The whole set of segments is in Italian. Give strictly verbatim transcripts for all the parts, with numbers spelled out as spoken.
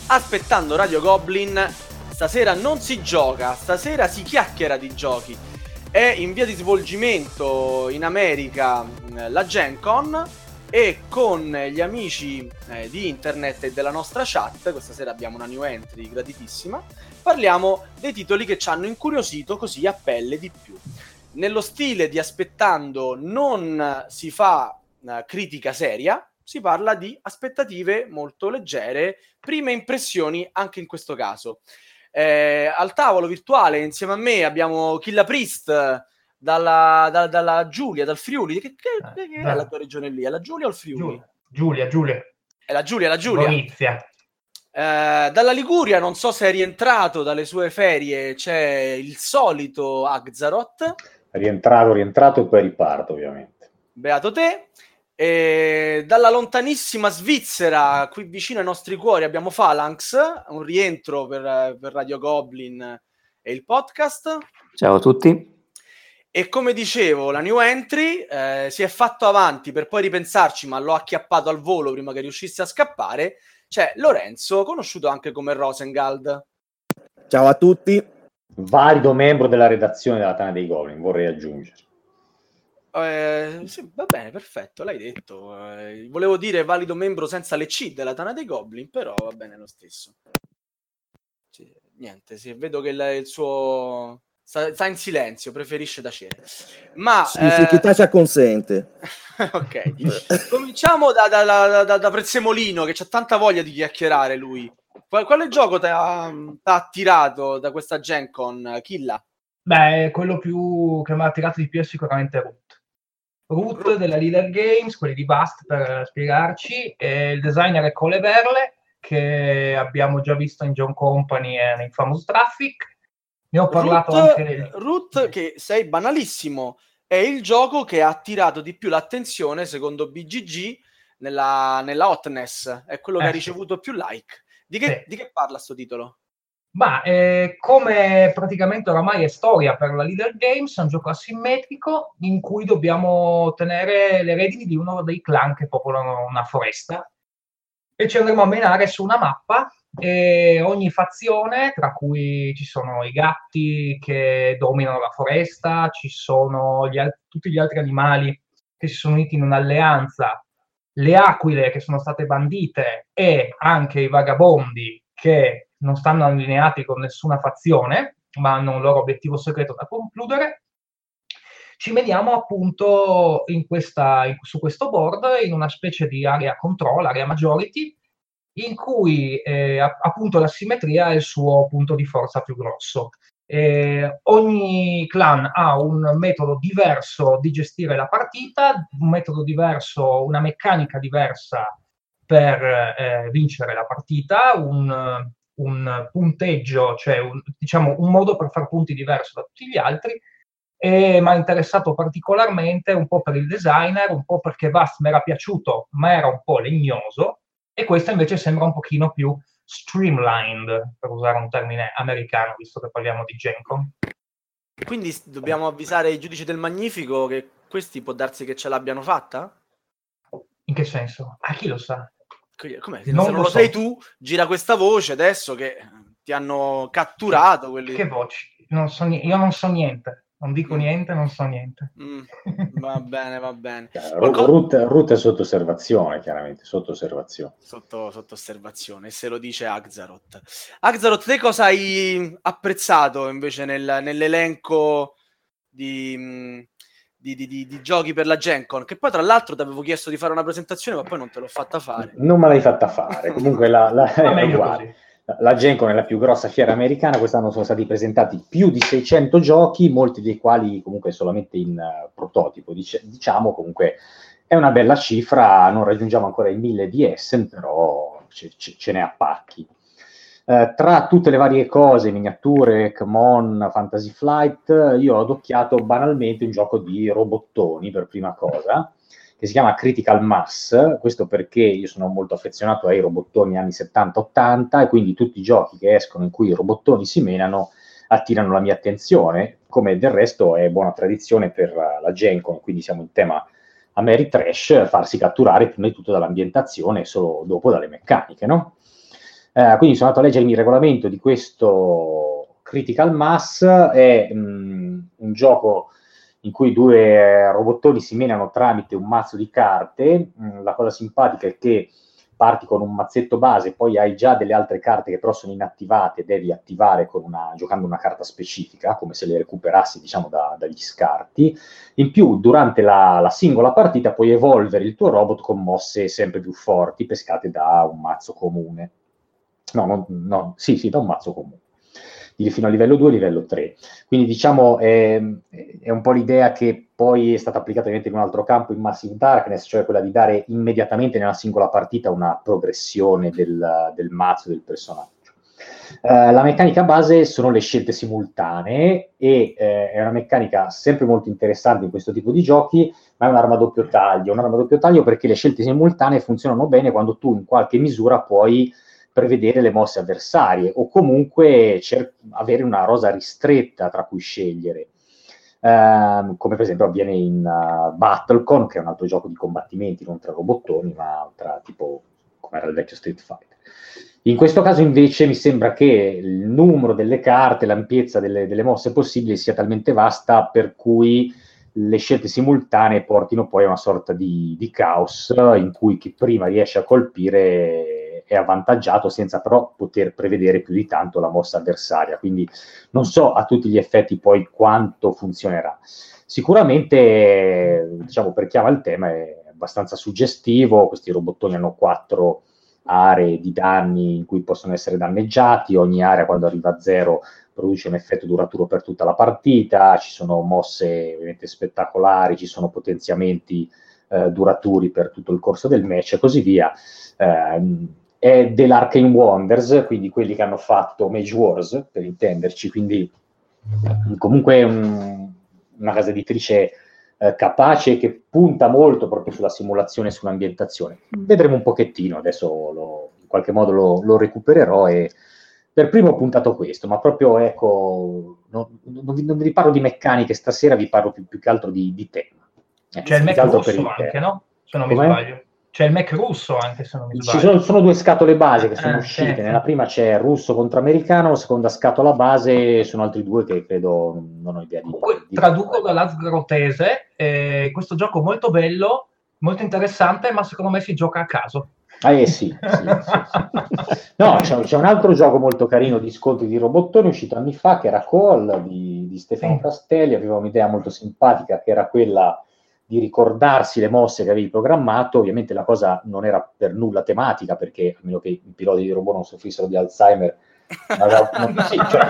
Aspettando Radio Goblin, stasera non si gioca, stasera si chiacchiera di giochi. È in via di svolgimento in America la Gen Con e con gli amici eh, di internet e della nostra chat, questa sera abbiamo una new entry gratitissima, parliamo dei titoli che ci hanno incuriosito così a pelle di più. Nello stile di Aspettando non si fa uh, critica seria, si parla di aspettative molto leggere, prime impressioni anche in questo caso. Eh, al tavolo virtuale insieme a me abbiamo Killa Priest dalla, da, dalla Giulia, dal Friuli. Che, che, che è la tua regione lì? È la Giulia o il Friuli? Giulia, Giulia. È la Giulia, la Giulia. Gorizia. Eh, dalla Liguria, non so se è rientrato dalle sue ferie, c'è il solito Axaroth. Rientrato, rientrato e poi riparto, ovviamente. Beato te. E dalla lontanissima Svizzera, qui vicino ai nostri cuori, abbiamo Phalanx, un rientro per, per Radio Goblin e il podcast. Ciao a tutti. E come dicevo, la new entry eh, si è fatto avanti per poi ripensarci, ma l'ho acchiappato al volo prima che riuscisse a scappare. C'è Lorenzo, conosciuto anche come Rosengald. Ciao a tutti. Valido membro della redazione della Tana dei Goblin, vorrei aggiungere. Eh, sì, va bene, perfetto, l'hai detto. Eh, volevo dire valido membro senza le C della Tana dei Goblin, però va bene lo stesso. Sì, niente, sì, vedo che il, il suo sta, sta in silenzio, preferisce tacere. Ma sì, eh... sì, chi taccia consente. Ok, cominciamo da, da, da, da, da Prezzemolino, che c'ha tanta voglia di chiacchierare lui. Qual, quale gioco ti ha attirato da questa Gen Con, Killa? Beh, quello più che mi ha attirato di più è sicuramente Root. Root, Root della Leader Games, quelli di Bast per spiegarci, e il designer è Cole Verle, che abbiamo già visto in John Company e in Famous Traffic. Ne ho parlato Root, anche... Root, che sei banalissimo, è il gioco che ha attirato di più l'attenzione, secondo B G G, nella, nella hotness. È quello eh, che ha sì. ricevuto più like. Di che, sì. di che parla sto titolo? Ma eh, come praticamente oramai è storia per la Leader Games, è un gioco asimmetrico in cui dobbiamo tenere le redini di uno dei clan che popolano una foresta e ci andremo a menare su una mappa e ogni fazione, tra cui ci sono i gatti che dominano la foresta, ci sono gli al- tutti gli altri animali che si sono uniti in un'alleanza, le aquile che sono state bandite e anche i vagabondi che non stanno allineati con nessuna fazione, ma hanno un loro obiettivo segreto da concludere. Ci vediamo appunto in questa, in, su questo board in una specie di area control, area majority, in cui eh, appunto la simmetria è il suo punto di forza più grosso. Eh, ogni clan ha un metodo diverso di gestire la partita, un metodo diverso, una meccanica diversa per eh, vincere la partita, un, un punteggio, cioè un, diciamo un modo per far punti diverso da tutti gli altri. E mi ha interessato particolarmente un po' per il designer, un po' perché Vast mi era piaciuto, ma era un po' legnoso, e questo invece sembra un pochino più streamlined, per usare un termine americano, visto che parliamo di Gen Con. Quindi dobbiamo avvisare i giudici del Magnifico che questi può darsi che ce l'abbiano fatta? In che senso? A chi lo sa? Com'è? Non se non lo, lo so. Sai tu, gira questa voce adesso che ti hanno catturato. Che, quelli... che voci? Non so, io non so niente. Non dico mm. niente, non so niente. Mm. Va bene, va bene. Qualcosa... Root, Root è sotto osservazione, chiaramente, sotto osservazione. Sotto, sotto osservazione, se lo dice Axaroth. Axaroth, te cosa hai apprezzato invece nel, nell'elenco di, di, di, di, di giochi per la Gen Con? Che poi tra l'altro ti avevo chiesto di fare una presentazione, ma poi non te l'ho fatta fare. Non me l'hai fatta fare, comunque la... la... La Gen Con è la più grossa fiera americana, quest'anno sono stati presentati più di seicento giochi, molti dei quali comunque solamente in uh, prototipo, dic- diciamo comunque è una bella cifra, non raggiungiamo ancora i mille di Essen, però ce, ce, ce n'è a pacchi. Uh, tra tutte le varie cose, miniature, Kmon, Fantasy Flight, io ho adocchiato banalmente un gioco di robottoni per prima cosa, che si chiama Critical Mass, questo perché io sono molto affezionato ai robottoni anni settanta ottanta e quindi tutti i giochi che escono in cui i robottoni si menano attirano la mia attenzione, come del resto è buona tradizione per la Gen Con, quindi siamo in tema Ameritrash, farsi catturare prima di tutto dall'ambientazione e solo dopo dalle meccaniche, no? Eh, quindi sono andato a leggermi il regolamento di questo Critical Mass. È mh, un gioco in cui due robottoni si menano tramite un mazzo di carte. Mh, la cosa simpatica è che parti con un mazzetto base, poi hai già delle altre carte che però sono inattivate, devi attivare con una, giocando una carta specifica, come se le recuperassi, diciamo, da, dagli scarti. In più, durante la, la singola partita puoi evolvere il tuo robot con mosse sempre più forti, pescate da un mazzo comune. No, no, no sì, sì, da un mazzo comune. Fino a livello due, livello tre. Quindi diciamo è, è un po' l'idea che poi è stata applicata in un altro campo in Massive Darkness, cioè quella di dare immediatamente nella singola partita una progressione del, del mazzo del personaggio. Uh, la meccanica base sono le scelte simultanee e eh, è una meccanica sempre molto interessante in questo tipo di giochi, ma è un'arma a doppio taglio. Un'arma a doppio taglio perché le scelte simultanee funzionano bene quando tu in qualche misura puoi prevedere le mosse avversarie o comunque cer- avere una rosa ristretta tra cui scegliere, uh, come per esempio avviene in uh, Battlecon, che è un altro gioco di combattimenti non tra robottoni ma tra tipo come era il vecchio Street Fighter. In questo caso invece mi sembra che il numero delle carte, l'ampiezza delle, delle mosse possibili sia talmente vasta per cui le scelte simultanee portino poi a una sorta di, di caos in cui chi prima riesce a colpire è avvantaggiato senza però poter prevedere più di tanto la mossa avversaria. Quindi non so a tutti gli effetti poi quanto funzionerà. Sicuramente, diciamo, per chi ama il tema è abbastanza suggestivo. Questi robottoni hanno quattro aree di danni in cui possono essere danneggiati, ogni area quando arriva a zero produce un effetto duraturo per tutta la partita, ci sono mosse ovviamente spettacolari, ci sono potenziamenti eh, duraturi per tutto il corso del match e così via. Eh, è dell'Arcane Wonders, quindi quelli che hanno fatto Mage Wars, per intenderci, quindi comunque un, una casa editrice eh, capace che punta molto proprio sulla simulazione e sull'ambientazione. Vedremo un pochettino, adesso lo, in qualche modo lo, lo recupererò e per primo ho puntato questo, ma proprio ecco, non, non, vi, non vi parlo di meccaniche stasera, vi parlo più, più che altro di, di tema. Eh, C'è il Mac russo anche, tema. No? Se non Com'è? mi sbaglio. C'è il Mac russo anche, se non mi sbaglio. Ci sono, sono due scatole base che sono eh, uscite, sì, nella sì. prima c'è russo contro americano, la seconda scatola base sono altri due che credo non ho idea di... Comunque, di traduco dall'Asgrotese, eh, questo gioco molto bello, molto interessante, ma secondo me si gioca a caso. Ah, eh sì, sì, sì, sì. No, c'è, c'è un altro gioco molto carino di scontri di robottoni uscito anni fa, che era Call, di, di Stefano Sì. Castelli, aveva un'idea molto simpatica, che era quella di ricordarsi le mosse che avevi programmato. Ovviamente la cosa non era per nulla tematica, perché a meno che i piloti di robot non soffrissero di Alzheimer, non aveva, non, sì, cioè,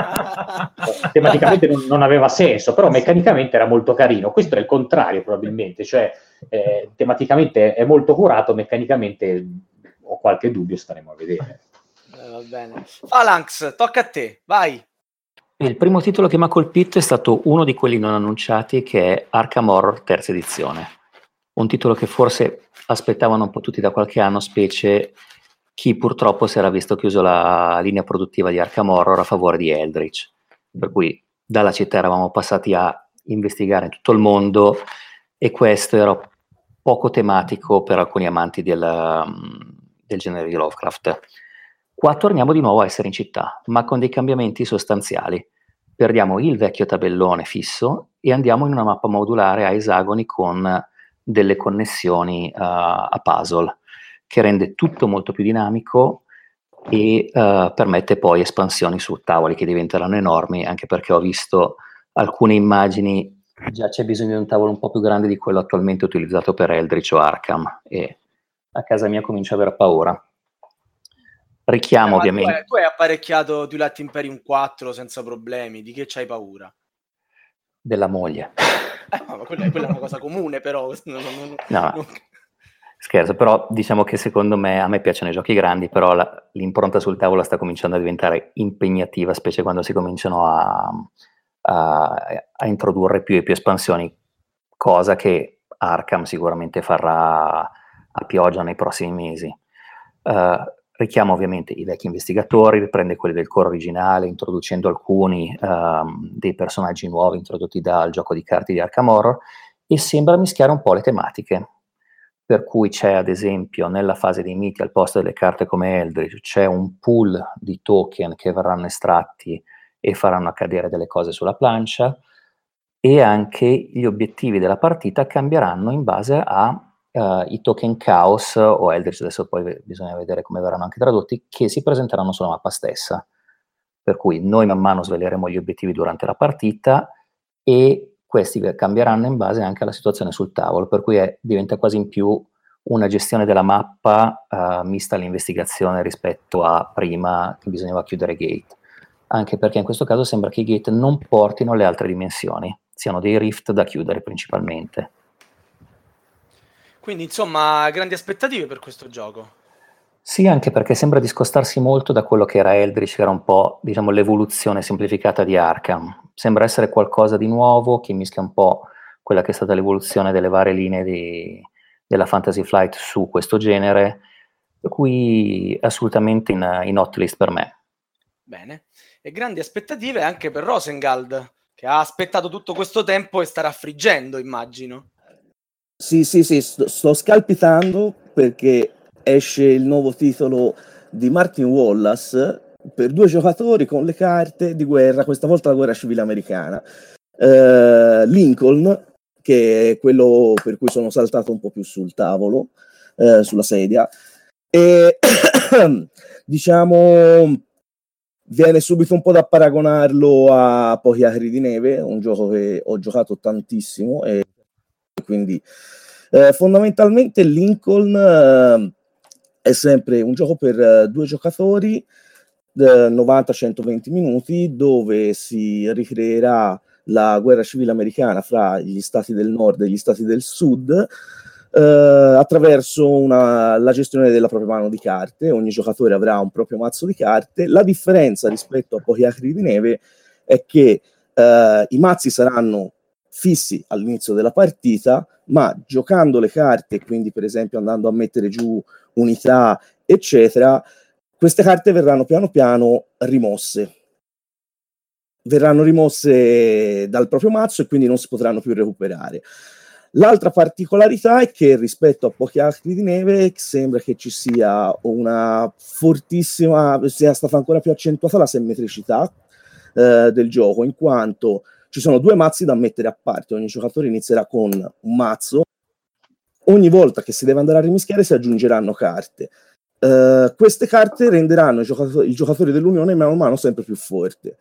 tematicamente non, non aveva senso, però meccanicamente era molto carino. Questo è il contrario probabilmente, cioè eh, tematicamente è molto curato, meccanicamente ho qualche dubbio, staremo a vedere. Eh, va bene. Phalanx, tocca a te, vai. Il primo titolo che mi ha colpito è stato uno di quelli non annunciati, che è Arkham Horror terza edizione, un titolo che forse aspettavano un po' tutti da qualche anno, specie chi purtroppo si era visto chiuso la linea produttiva di Arkham Horror a favore di Eldritch, per cui dalla città eravamo passati a investigare in tutto il mondo e questo era poco tematico per alcuni amanti del, del genere di Lovecraft. Qua torniamo di nuovo a essere in città, ma con dei cambiamenti sostanziali. Perdiamo il vecchio tabellone fisso e andiamo in una mappa modulare a esagoni con delle connessioni uh, a puzzle, che rende tutto molto più dinamico e uh, permette poi espansioni su tavoli che diventeranno enormi, anche perché ho visto alcune immagini, già c'è bisogno di un tavolo un po' più grande di quello attualmente utilizzato per Eldritch o Arkham, e a casa mia comincio a avere paura. Richiamo, eh, ovviamente. Tu hai, tu hai apparecchiato Twilight Imperium quattro senza problemi, di che c'hai paura? Della moglie. Eh, no, ma quella, quella è una cosa comune, però. Non, non, no, non... Scherzo, però diciamo che secondo me, a me piacciono i giochi grandi, però la, l'impronta sul tavolo sta cominciando a diventare impegnativa, specie quando si cominciano a, a, a introdurre più e più espansioni, cosa che Arkham sicuramente farà a pioggia nei prossimi mesi. Uh, richiama ovviamente i vecchi investigatori, riprende quelli del core originale, introducendo alcuni um, dei personaggi nuovi introdotti dal gioco di carte di Arkham Horror, e sembra mischiare un po' le tematiche. per cui c'è ad esempio nella fase dei miti al posto delle carte come Eldritch c'è un pool di token che verranno estratti e faranno accadere delle cose sulla plancia, e anche gli obiettivi della partita cambieranno in base a Uh, i token Chaos o Eldritch, adesso poi v- bisogna vedere come verranno anche tradotti, che si presenteranno sulla mappa stessa. Per cui noi man mano sveleremo gli obiettivi durante la partita e questi cambieranno in base anche alla situazione sul tavolo, per cui è, diventa quasi in più una gestione della mappa uh, mista all'investigazione rispetto a prima che bisognava chiudere gate, anche perché in questo caso sembra che i gate non portino le altre dimensioni, siano dei rift da chiudere principalmente. Quindi, insomma, grandi aspettative per questo gioco. Sì, anche perché sembra discostarsi molto da quello che era Eldritch, che era un po', diciamo, l'evoluzione semplificata di Arkham. Sembra essere qualcosa di nuovo, che mischia un po' quella che è stata l'evoluzione delle varie linee di, della Fantasy Flight su questo genere, per cui assolutamente in, in hot list per me. Bene. E grandi aspettative anche per Rosengald, che ha aspettato tutto questo tempo e starà friggendo, immagino. Sì, sì, sì, sto, sto scalpitando perché esce il nuovo titolo di Martin Wallace per due giocatori con le carte di guerra, questa volta la guerra civile americana. Uh, Lincoln, che è quello per cui sono saltato un po' più sul tavolo, uh, sulla sedia, e diciamo viene subito un po' da paragonarlo a Pochi acri di neve, un gioco che ho giocato tantissimo e quindi eh, fondamentalmente Lincoln eh, è sempre un gioco per eh, due giocatori, eh, novanta centoventi minuti, dove si ricreerà la guerra civile americana fra gli stati del nord e gli stati del sud eh, attraverso una, la gestione della propria mano di carte. Ogni giocatore avrà un proprio mazzo di carte. La differenza rispetto a Pochi acri di neve è che eh, i mazzi saranno fissi all'inizio della partita, ma giocando le carte, quindi per esempio andando a mettere giù unità, eccetera, queste carte verranno piano piano rimosse. Verranno rimosse dal proprio mazzo e quindi non si potranno più recuperare. L'altra particolarità è che rispetto a Pochi acri di neve sembra che ci sia una fortissima, sia stata ancora più accentuata la simmetricità eh, del gioco, in quanto ci sono due mazzi da mettere a parte, ogni giocatore inizierà con un mazzo, ogni volta che si deve andare a rimischiare si aggiungeranno carte. Uh, queste carte renderanno i giocatori, i giocatori dell'Unione mano a mano sempre più forte.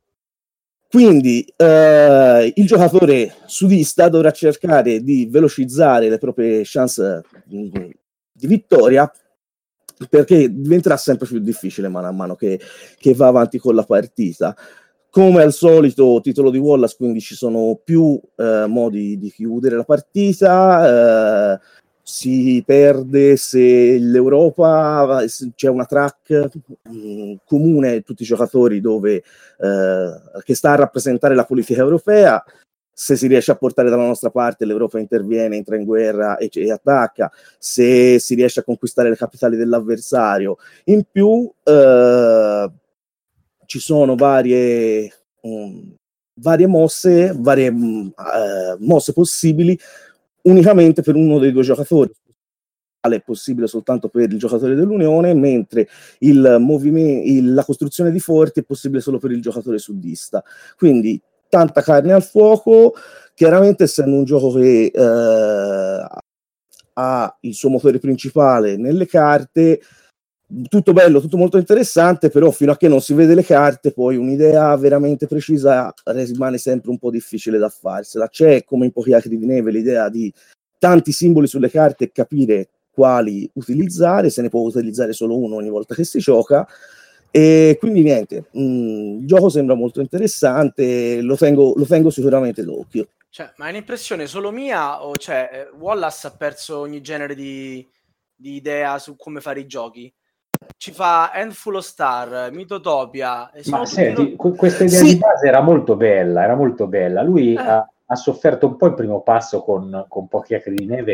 Quindi uh, il giocatore sudista dovrà cercare di velocizzare le proprie chance di vittoria, perché diventerà sempre più difficile mano a mano che, che va avanti con la partita. Come al solito, titolo di Wallace, quindi ci sono più eh, modi di chiudere la partita, eh, si perde se l'Europa, se c'è una track mh, comune a tutti i giocatori dove, eh, che sta a rappresentare la politica europea. Se si riesce a portare dalla nostra parte, l'Europa interviene, entra in guerra e, e attacca. Se si riesce a conquistare le capitali dell'avversario. In più eh, ci sono varie, um, varie mosse, varie um, uh, mosse possibili unicamente per uno dei due giocatori. È possibile soltanto per il giocatore dell'Unione, mentre il movimento, il, la costruzione di forti è possibile solo per il giocatore sudista. Quindi tanta carne al fuoco, chiaramente essendo un gioco che eh, ha il suo motore principale nelle carte, tutto bello, tutto molto interessante, però fino a che non si vede le carte poi un'idea veramente precisa rimane sempre un po' difficile da farsela. C'è, come in Pochi acri di neve, l'idea di tanti simboli sulle carte e capire quali utilizzare, se ne può utilizzare solo uno ogni volta che si gioca, e quindi niente, mh, il gioco sembra molto interessante, lo tengo, lo tengo sicuramente d'occhio. Cioè, ma è un'impressione solo mia o cioè Wallace ha perso ogni genere di, di idea su come fare i giochi? Ci fa Handful of Star, Mythotopia. Ma senti, lo... questa idea sì. di base era molto bella, era molto bella. Lui eh. ha, ha sofferto un po' il primo passo con, con Pochi acri di neve,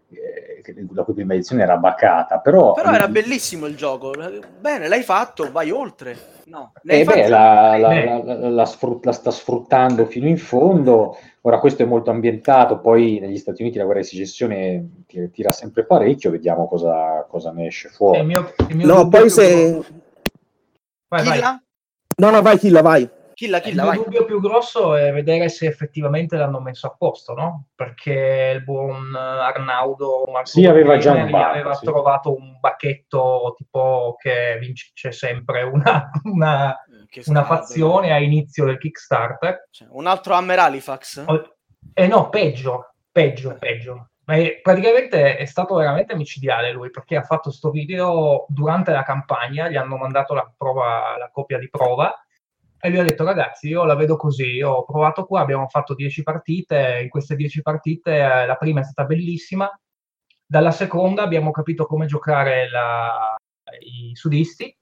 eh, la cui prima edizione era bacata, però... Però era bellissimo il gioco, bene, l'hai fatto, vai oltre. No, eh beh, la, la, la, la, la, sfrut- la sta sfruttando fino in fondo. Ora questo è molto ambientato, poi negli Stati Uniti la guerra di secessione tira, tira sempre parecchio, vediamo cosa, cosa ne esce fuori. Il mio, il mio no, poi se... Vai, vai. No, no, vai, Killa, vai. Killa, Killa, il mio vai. dubbio più grosso è vedere se effettivamente l'hanno messo a posto, no? Perché il buon Arnaudo Marco sì, aveva già un bacco, aveva sì. trovato un bacchetto tipo che vince sempre una, una, una fazione a inizio del Kickstarter. Cioè, un altro Hammer Halifax? Eh no, peggio, peggio, peggio. Ma è, praticamente è stato veramente micidiale lui, perché ha fatto sto video durante la campagna, gli hanno mandato la prova, la copia di prova, e lui ha detto: ragazzi, io la vedo così, ho provato qua, abbiamo fatto dieci partite, in queste dieci partite eh, la prima è stata bellissima, dalla seconda abbiamo capito come giocare la, i sudisti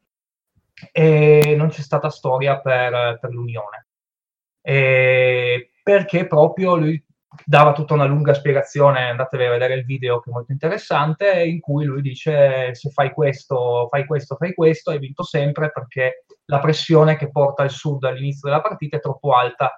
e non c'è stata storia per, per l'Unione. E perché proprio lui dava tutta una lunga spiegazione, andatevi a vedere il video che è molto interessante, in cui lui dice: se fai questo, fai questo, fai questo, hai vinto sempre, perché la pressione che porta il Sud all'inizio della partita è troppo alta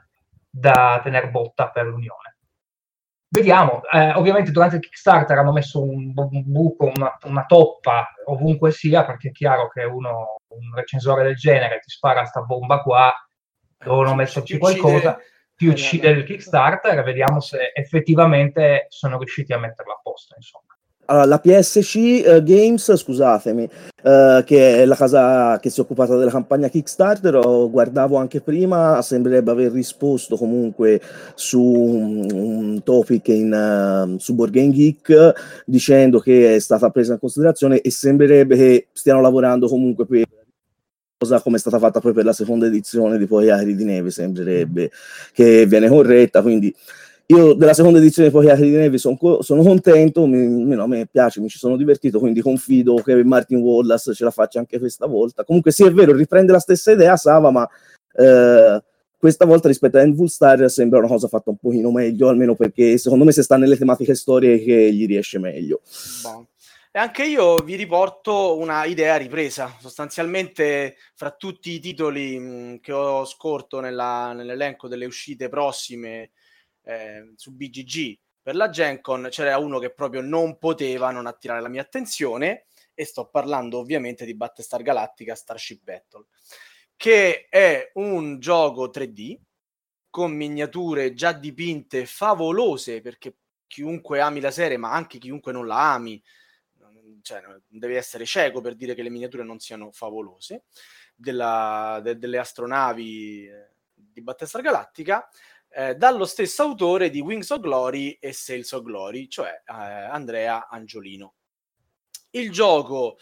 da tener botta per l'Unione. Vediamo, eh, ovviamente durante il Kickstarter hanno messo un, un buco, una, una toppa ovunque sia, perché è chiaro che uno, un recensore del genere ti spara sta bomba qua, dove hanno messo ti qualcosa, uccide... ti uccide il Kickstarter, e vediamo se effettivamente sono riusciti a metterla a posto, insomma. Allora, la P S C uh, Games, scusatemi, uh, che è la casa che si è occupata della campagna Kickstarter, lo guardavo anche prima, sembrerebbe aver risposto comunque su un, un topic in, uh, su Board Game Geek, dicendo che è stata presa in considerazione, e sembrerebbe che stiano lavorando comunque per cosa come è stata fatta poi per la seconda edizione di Poiari di Neve, sembrerebbe che viene corretta, quindi io della seconda edizione di Poiari di Neve son co- sono contento, mi, mi, no, a me piace, mi ci sono divertito, quindi confido che Martin Wallace ce la faccia anche questa volta. Comunque sì, è vero, riprende la stessa idea Sava, ma eh, questa volta rispetto a Endful Star sembra una cosa fatta un pochino meglio, almeno perché secondo me se sta nelle tematiche storiche gli riesce meglio. Bon. E anche io vi riporto una idea ripresa. Sostanzialmente, fra tutti i titoli mh, che ho scorto nella, nell'elenco delle uscite prossime eh, su B G G per la Gen Con, c'era uno che proprio non poteva non attirare la mia attenzione, e sto parlando ovviamente di Battlestar Galactica Starship Battle, che è un gioco tre D con miniature già dipinte favolose, perché chiunque ami la serie, ma anche chiunque non la ami, cioè non devi essere cieco per dire che le miniature non siano favolose, della, de, delle astronavi eh, di Battlestar Galactica, eh, dallo stesso autore di Wings of Glory e Sails of Glory, cioè eh, Andrea Angiolino. Il gioco,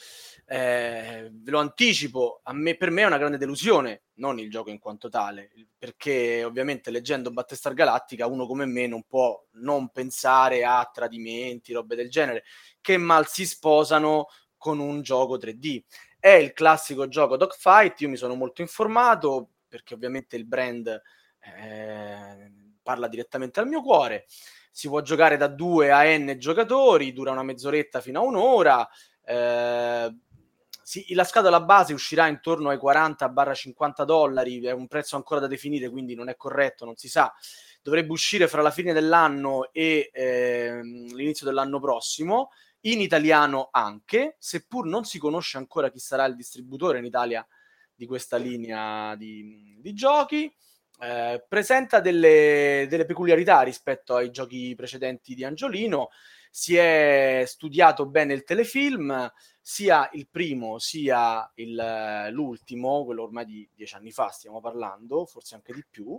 eh, ve lo anticipo, a me, per me è una grande delusione, non il gioco in quanto tale, perché ovviamente leggendo Battlestar Galactica uno come me non può non pensare a tradimenti, robe del genere, che mal si sposano con un gioco tre D. È il classico gioco dogfight, io mi sono molto informato, perché ovviamente il brand eh, parla direttamente al mio cuore. Si può giocare da due a n giocatori, dura una mezz'oretta fino a un'ora. Eh, sì, la scatola base uscirà intorno ai quaranta cinquanta dollari, è un prezzo ancora da definire, quindi non è corretto, non si sa. Dovrebbe uscire fra la fine dell'anno e eh, l'inizio dell'anno prossimo, in italiano anche, seppur non si conosce ancora chi sarà il distributore in Italia di questa linea di, di giochi. Eh, presenta delle, delle peculiarità rispetto ai giochi precedenti di Angiolino. Si è studiato bene il telefilm, sia il primo sia il, l'ultimo, quello ormai di dieci anni fa stiamo parlando, forse anche di più,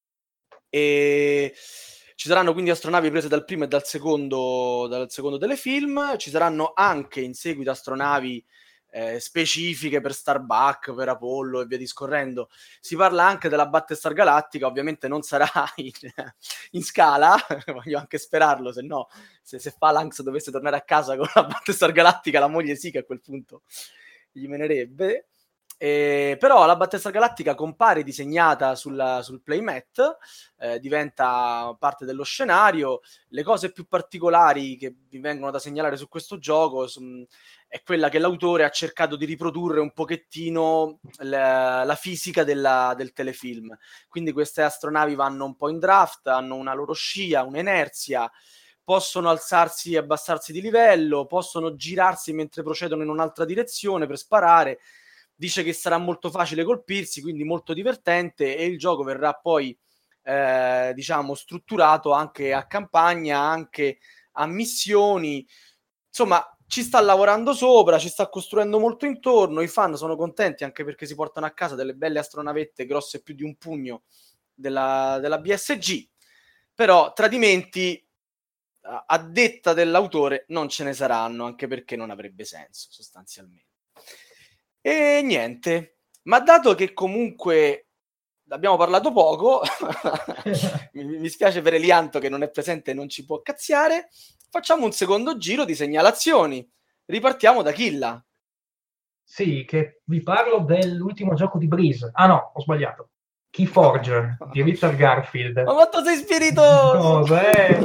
e ci saranno quindi astronavi prese dal primo e dal secondo, dal secondo telefilm. Ci saranno anche in seguito astronavi Eh, specifiche per Starbuck, per Apollo e via discorrendo. Si parla anche della Battlestar Galactica, ovviamente non sarà in, in scala, voglio anche sperarlo, se no, se, se Phalanx dovesse tornare a casa con la Battlestar Galactica, la moglie sì che a quel punto gli menerebbe. Eh, però la Battlestar Galactica compare disegnata sulla, sul playmat, eh, diventa parte dello scenario. Le cose più particolari che vi vengono da segnalare su questo gioco sono, è quella che l'autore ha cercato di riprodurre un pochettino la, la fisica della, del telefilm. Quindi queste astronavi vanno un po' in draft, hanno una loro scia, un'inerzia, possono alzarsi e abbassarsi di livello, possono girarsi mentre procedono in un'altra direzione per sparare. Dice che sarà molto facile colpirsi, quindi molto divertente, e il gioco verrà poi eh, diciamo strutturato anche a campagna, anche a missioni. Insomma, ci sta lavorando sopra, ci sta costruendo molto intorno. I fan sono contenti anche perché si portano a casa delle belle astronavette grosse più di un pugno della, della B S G. Però tradimenti, a detta dell'autore, non ce ne saranno, anche perché non avrebbe senso sostanzialmente. E niente, ma dato che comunque abbiamo parlato poco, mi, mi spiace per Elianto che non è presente e non ci può cazziare, facciamo un secondo giro di segnalazioni. Ripartiamo da Killa. Sì, che vi parlo dell'ultimo gioco di Breeze. Ah no, ho sbagliato. Keyforge di Richard Garfield. Ma quanto sei spiritoso! Cosa è?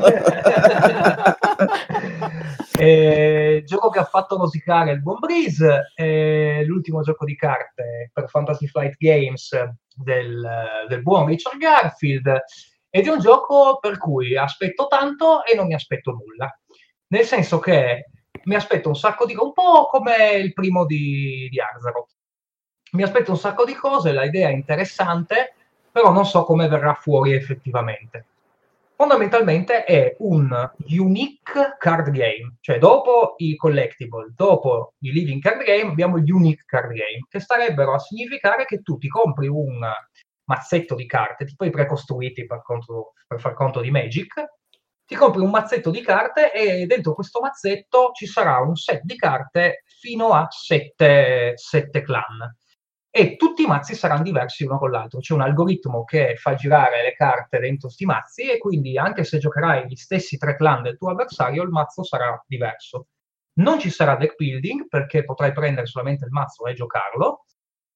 eh, gioco che ha fatto rosicare il buon Breeze, eh, l'ultimo gioco di carte per Fantasy Flight Games del, del buon Richard Garfield, ed è un gioco per cui aspetto tanto e non mi aspetto nulla, nel senso che mi aspetto un sacco di, un po' come il primo di, di Arzarot. Mi aspetto un sacco di cose, la idea è interessante, però non so come verrà fuori effettivamente. Fondamentalmente è un unique card game, cioè dopo i collectible, dopo i living card game, abbiamo gli unique card game, che starebbero a significare che tu ti compri un mazzetto di carte, tipo i precostruiti per, conto, per far conto di Magic, ti compri un mazzetto di carte e dentro questo mazzetto ci sarà un set di carte fino a sette, sette clan. E tutti i mazzi saranno diversi uno con l'altro. C'è un algoritmo che fa girare le carte dentro sti mazzi, e quindi anche se giocherai gli stessi tre clan del tuo avversario, il mazzo sarà diverso. Non ci sarà deck building, perché potrai prendere solamente il mazzo e giocarlo.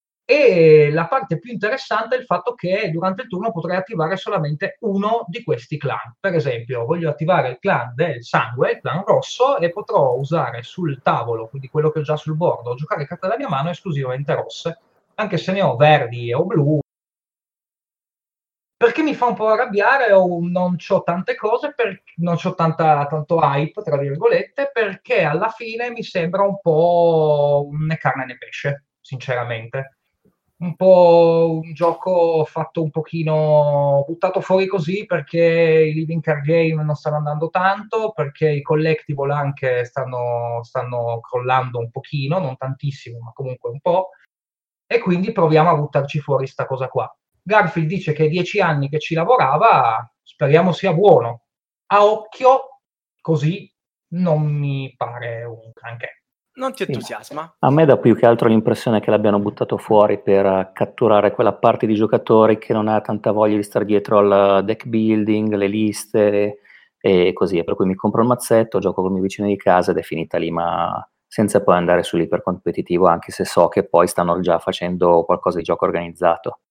E la parte più interessante è il fatto che durante il turno potrai attivare solamente uno di questi clan. Per esempio, voglio attivare il clan del sangue, il clan rosso, e potrò usare sul tavolo, quindi quello che ho già sul bordo, giocare carte della mia mano esclusivamente rosse, anche se ne ho verdi o blu, perché mi fa un po' arrabbiare, o non c'ho tante cose, per, non c'ho tanta, tanto hype, tra virgolette, perché alla fine mi sembra un po' né carne né pesce, sinceramente. Un po' un gioco fatto un pochino, buttato fuori così, perché i living card game non stanno andando tanto, perché i collectible anche stanno, stanno crollando un pochino, non tantissimo, ma comunque un po'. E quindi proviamo a buttarci fuori sta cosa qua. Garfield dice che è dieci anni che ci lavorava, speriamo sia buono. A occhio, così, non mi pare un granché. Non ti entusiasma? A me dà più che altro l'impressione che l'abbiano buttato fuori per catturare quella parte di giocatori che non ha tanta voglia di stare dietro al deck building, le liste e così. Per cui mi compro il mazzetto, gioco con i miei vicini di casa ed è finita lì, ma senza poi andare sull'ipercompetitivo, anche se so che poi stanno già facendo qualcosa di gioco organizzato.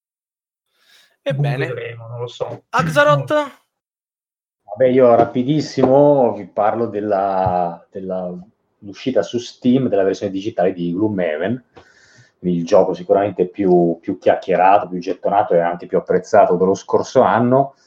Ebbene, vedremo, non lo so. Axarot? Vabbè, io rapidissimo vi parlo della, della l'uscita su Steam della versione digitale di Gloomhaven, quindi il gioco sicuramente più, più chiacchierato, più gettonato e anche più apprezzato dello scorso anno.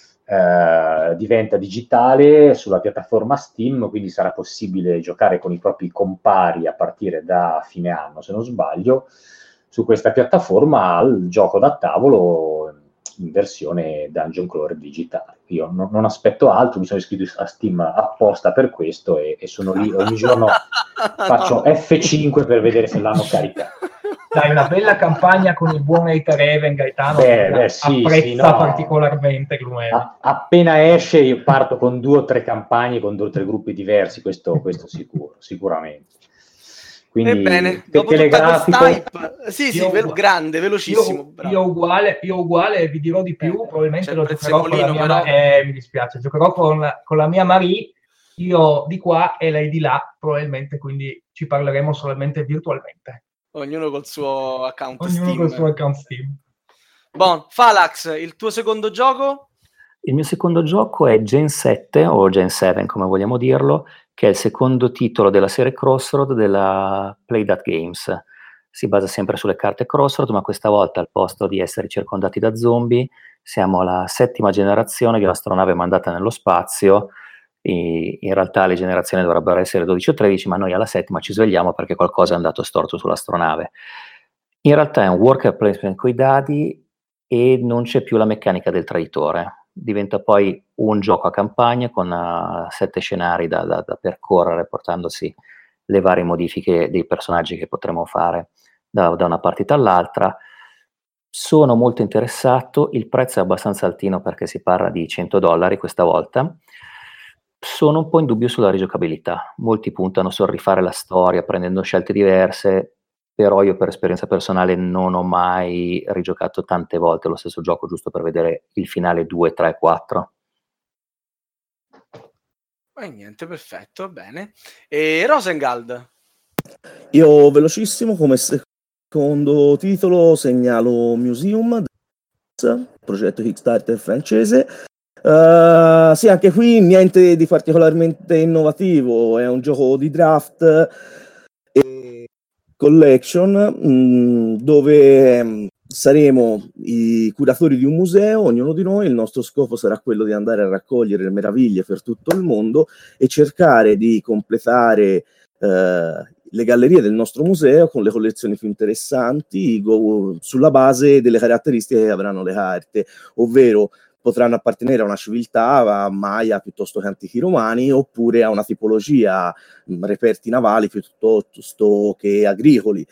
Eh, diventa digitale sulla piattaforma Steam, quindi sarà possibile giocare con i propri compari a partire da fine anno, se non sbaglio, su questa piattaforma al gioco da tavolo in versione Dungeon Crawler digitale. Io non, non aspetto altro, mi sono iscritto a Steam apposta per questo e, e sono lì ogni giorno, faccio no. F cinque per vedere se l'hanno caricato. Dai, una bella campagna con il buon Hater Even, Gaetano, beh, beh, sì, apprezza sì, no. particolarmente Gloomhaven. A, appena esce io parto con due o tre campagne, con due o tre gruppi diversi, questo, questo sicuro, sicuramente. Quindi, ebbene, dopo tutta questa hype, sì, sì, ve- grande, velocissimo. Io, io uguale, io uguale, vi dirò di più, eh, probabilmente lo giocherò con la mia però... eh, mi dispiace, giocherò con la, con la mia Marie, io di qua e lei di là, probabilmente, quindi ci parleremo solamente virtualmente. Ognuno col suo account Ognuno Steam. col suo account Steam. Bon, Falax, il tuo secondo gioco? Il mio secondo gioco è Gen sette, o Gen sette come vogliamo dirlo, che è il secondo titolo della serie Crossroad della Play That Games. Si basa sempre sulle carte Crossroad, ma questa volta al posto di essere circondati da zombie siamo alla settima generazione di un'astronave mandata nello spazio. E in realtà le generazioni dovrebbero essere dodici o tredici, ma noi alla settima ci svegliamo perché qualcosa è andato storto sull'astronave. In realtà è un worker placement coi dadi e non c'è più la meccanica del traditore. Diventa poi un gioco a campagna con uh, sette scenari da, da, da percorrere, portandosi le varie modifiche dei personaggi che potremo fare da, da una partita all'altra. Sono molto interessato, il prezzo è abbastanza altino perché si parla di cento dollari questa volta. Sono un po' in dubbio sulla rigiocabilità. Molti puntano sul rifare la storia prendendo scelte diverse, però io per esperienza personale non ho mai rigiocato tante volte lo stesso gioco giusto per vedere il finale due, tre, quattro. E niente, perfetto, bene. E Rosengald? Io velocissimo come secondo titolo segnalo Museum, progetto Kickstarter francese. Uh, sì, anche qui niente di particolarmente innovativo, è un gioco di draft e collection mh, dove mh, saremo i curatori di un museo, ognuno di noi. Il nostro scopo sarà quello di andare a raccogliere le meraviglie per tutto il mondo e cercare di completare uh, le gallerie del nostro museo con le collezioni più interessanti go, sulla base delle caratteristiche che avranno le carte, ovvero potranno appartenere a una civiltà Maya piuttosto che antichi romani, oppure a una tipologia mh, reperti navali piuttosto che agricoli.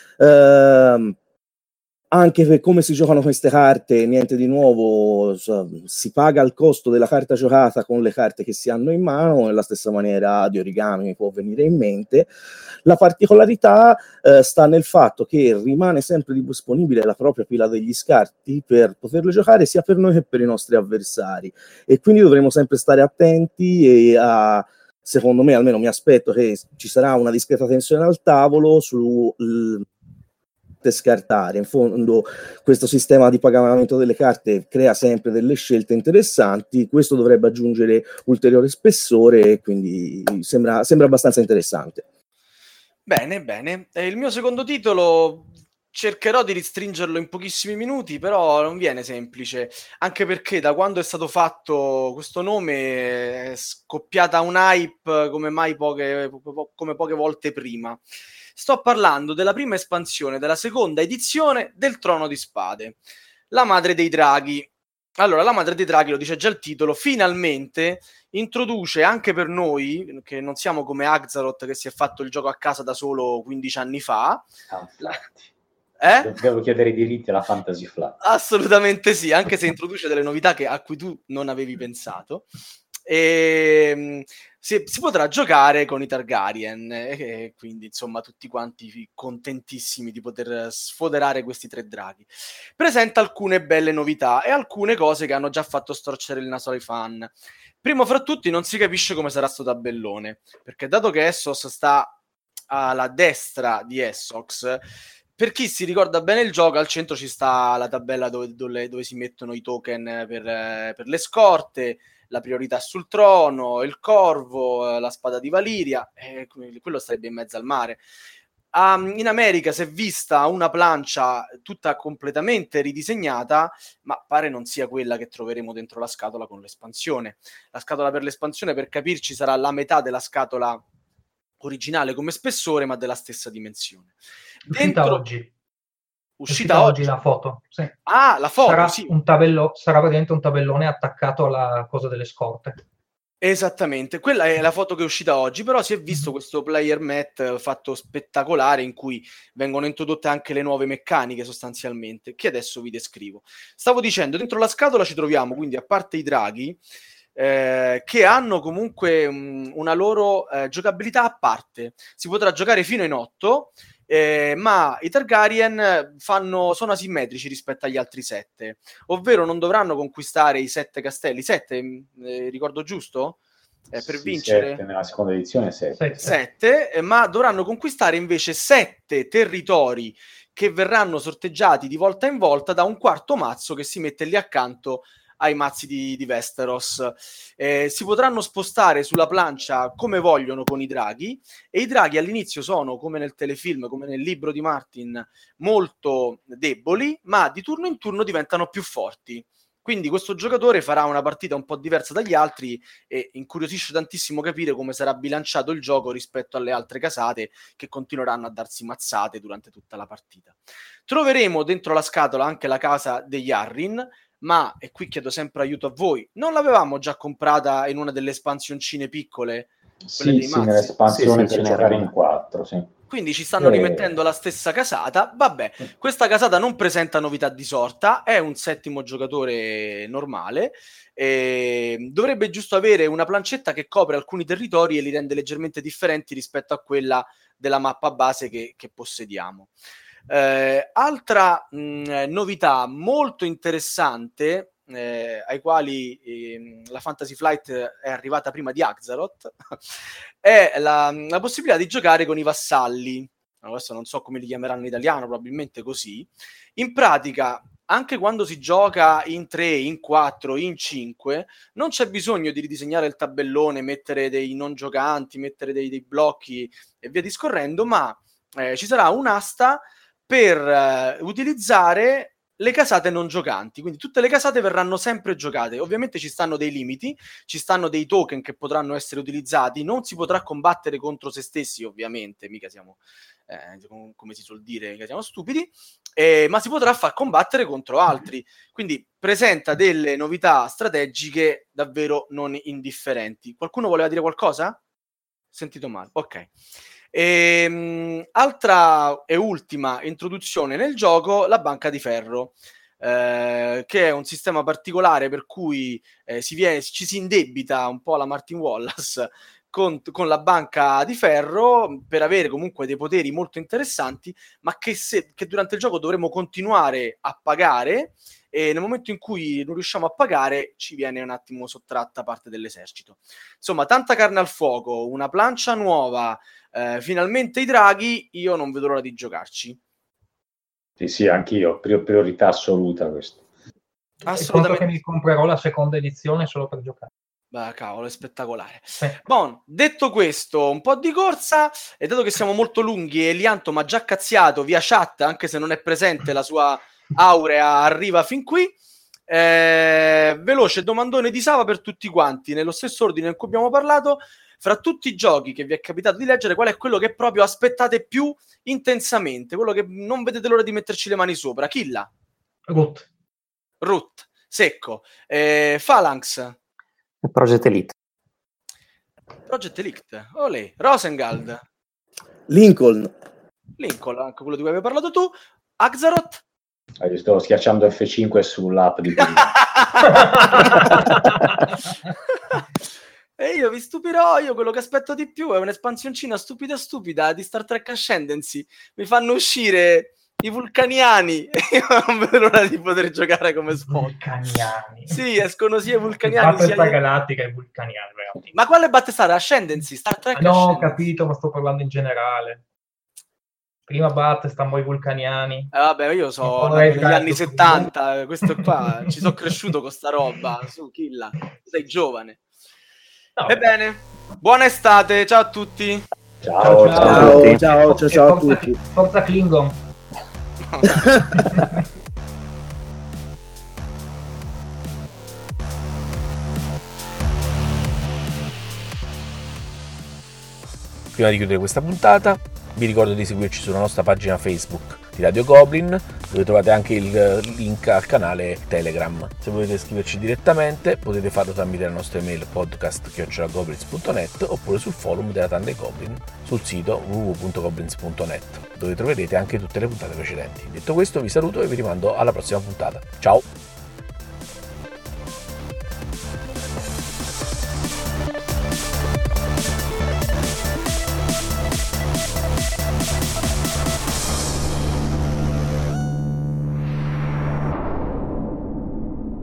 Uh, anche per come si giocano queste carte, niente di nuovo, si paga il costo della carta giocata con le carte che si hanno in mano, nella stessa maniera di origami mi può venire in mente. La particolarità eh, sta nel fatto che rimane sempre disponibile la propria pila degli scarti per poterle giocare sia per noi che per i nostri avversari, e quindi dovremo sempre stare attenti e a, secondo me, almeno mi aspetto che ci sarà una discreta tensione al tavolo su l- scartare. In fondo questo sistema di pagamento delle carte crea sempre delle scelte interessanti, questo dovrebbe aggiungere ulteriore spessore e quindi sembra, sembra abbastanza interessante. Bene, bene. E il mio secondo titolo cercherò di restringerlo in pochissimi minuti, però non viene semplice, anche perché da quando è stato fatto questo nome è scoppiata un hype come mai poche, come poche volte prima. Sto parlando della prima espansione della seconda edizione del Trono di Spade, la Madre dei Draghi. Allora, la Madre dei Draghi, lo dice già il titolo, finalmente introduce anche per noi, che non siamo come Axaroth che si è fatto il gioco a casa da solo quindici anni fa. Eh? Devo chiedere i diritti alla Fantasy Flight. Assolutamente sì, anche se introduce delle novità che, a cui tu non avevi pensato. E si, si potrà giocare con i Targaryen e quindi insomma tutti quanti contentissimi di poter sfoderare questi tre draghi. Presenta alcune belle novità e alcune cose che hanno già fatto storcere il naso ai fan. Primo fra tutti, non si capisce come sarà sto tabellone, perché dato che Essos sta alla destra di Essox, per chi si ricorda bene il gioco, al centro ci sta la tabella dove, dove, dove si mettono i token per, per le scorte, la priorità sul trono, il corvo, la spada di Valiria, eh, quello sarebbe in mezzo al mare. Um, in America si è vista una plancia tutta completamente ridisegnata, ma pare non sia quella che troveremo dentro la scatola con l'espansione. La scatola per l'espansione, per capirci, sarà la metà della scatola originale come spessore, ma della stessa dimensione. Uscita Dentro... oggi. Uscita, Uscita oggi. oggi la foto. Sì. Ah, la foto, sarà sì. Un tabello, sarà praticamente un tabellone attaccato alla cosa delle scorte. Esattamente, quella è la foto che è uscita oggi, però si è visto questo player mat fatto spettacolare in cui vengono introdotte anche le nuove meccaniche sostanzialmente, che adesso vi descrivo. Stavo dicendo, dentro la scatola ci troviamo, quindi a parte i draghi, eh, che hanno comunque um, una loro eh, giocabilità a parte. Si potrà giocare fino in otto, Eh, ma i Targaryen fanno, sono asimmetrici rispetto agli altri sette, ovvero non dovranno conquistare i sette castelli, sette, eh, ricordo giusto? eh, per sì, vincere. Sette, nella seconda edizione sette. Sette, eh, ma dovranno conquistare invece sette territori che verranno sorteggiati di volta in volta da un quarto mazzo che si mette lì accanto ai mazzi di, di Westeros. Eh, si potranno spostare sulla plancia come vogliono con i draghi, e i draghi all'inizio sono, come nel telefilm, come nel libro di Martin, molto deboli, ma di turno in turno diventano più forti. Quindi questo giocatore farà una partita un po' diversa dagli altri e incuriosisce tantissimo capire come sarà bilanciato il gioco rispetto alle altre casate che continueranno a darsi mazzate durante tutta la partita. Troveremo dentro la scatola anche la casa degli Arryn, ma, e qui chiedo sempre aiuto a voi, non l'avevamo già comprata in una delle espansioncine piccole? Sì, sì, nell'espansione sì, sì, per giocare in quattro, sì. Quindi ci stanno e... rimettendo la stessa casata. Vabbè, questa casata non presenta novità di sorta, è un settimo giocatore normale, e dovrebbe giusto avere una plancetta che copre alcuni territori e li rende leggermente differenti rispetto a quella della mappa base che, che possediamo. Eh, altra mh, novità molto interessante, eh, ai quali eh, la Fantasy Flight è arrivata prima di Axaroth, è la, la possibilità di giocare con i vassalli. Adesso non so come li chiameranno in italiano, probabilmente così. In pratica, anche quando si gioca in tre, in quattro, in cinque, non c'è bisogno di ridisegnare il tabellone, mettere dei non giocanti, mettere dei, dei blocchi e via discorrendo, ma eh, ci sarà un'asta per uh, utilizzare le casate non giocanti, quindi tutte le casate verranno sempre giocate. Ovviamente ci stanno dei limiti, ci stanno dei token che potranno essere utilizzati, non si potrà combattere contro se stessi, ovviamente, mica siamo, eh, come si suol dire, mica siamo stupidi, eh, ma si potrà far combattere contro altri, quindi presenta delle novità strategiche davvero non indifferenti. Qualcuno voleva dire qualcosa? Sentito male, ok. E, altra e ultima introduzione nel gioco, la banca di ferro, eh, che è un sistema particolare per cui eh, si viene, ci si indebita un po' alla Martin Wallace con, con la banca di ferro per avere comunque dei poteri molto interessanti, ma che, se, che durante il gioco dovremo continuare a pagare, e nel momento in cui non riusciamo a pagare ci viene un attimo sottratta parte dell'esercito. Insomma, tanta carne al fuoco, una plancia nuova, eh, finalmente i draghi, io non vedo l'ora di giocarci. Sì, sì, anch'io, priorità assoluta questo. Assolutamente. Che mi comprerò la seconda edizione solo per giocare. Beh, cavolo, è spettacolare. Eh. Bon, detto questo, un po' di corsa, e dato che siamo molto lunghi e Lianto mi ha già cazziato via chat, anche se non è presente, la sua aurea arriva fin qui, eh, veloce domandone di Sava per tutti quanti, nello stesso ordine in cui abbiamo parlato. Fra tutti i giochi che vi è capitato di leggere, qual è quello che proprio aspettate più intensamente, quello che non vedete l'ora di metterci le mani sopra? Killa? Root. Root, secco. Eh, Phalanx? Project Elite. Project Elite, olè. Rosengald? Lincoln. Lincoln, anche quello di cui avevi parlato tu. Axaroth? Ah, io sto schiacciando F cinque sull'app di E io vi stupirò, io quello che aspetto di più è un'espansioncina stupida stupida di Star Trek Ascendancy. Mi fanno uscire i vulcaniani e io non vedo l'ora di poter giocare come Spock. Vulcaniani. Sì, escono sia i vulcaniani Battlestar sia Galattica e i vulcaniani. Veramente. Ma quale Battlestar? Ascendancy? Star Trek no, Ascendancy. Ho capito, ma sto parlando in generale. Prima Battlestar, poi i vulcaniani. Eh, vabbè, io so negli anni settanta, questo qua, ci sono cresciuto con sta roba. Su, Killa, sei giovane. No, ebbene, buona estate, ciao a tutti. Ciao, ciao, ciao, ciao, ciao, ciao, ciao a tutti. Forza Klingon. Prima di chiudere questa puntata, vi ricordo di seguirci sulla nostra pagina Facebook di Radio Goblin, dove trovate anche il link al canale Telegram. Se volete scriverci direttamente potete farlo tramite la nostra email podcast chiocciola goblins punto net oppure sul forum della Tande Goblin sul sito w w w punto goblins punto net, dove troverete anche tutte le puntate precedenti. Detto questo vi saluto e vi rimando alla prossima puntata. Ciao!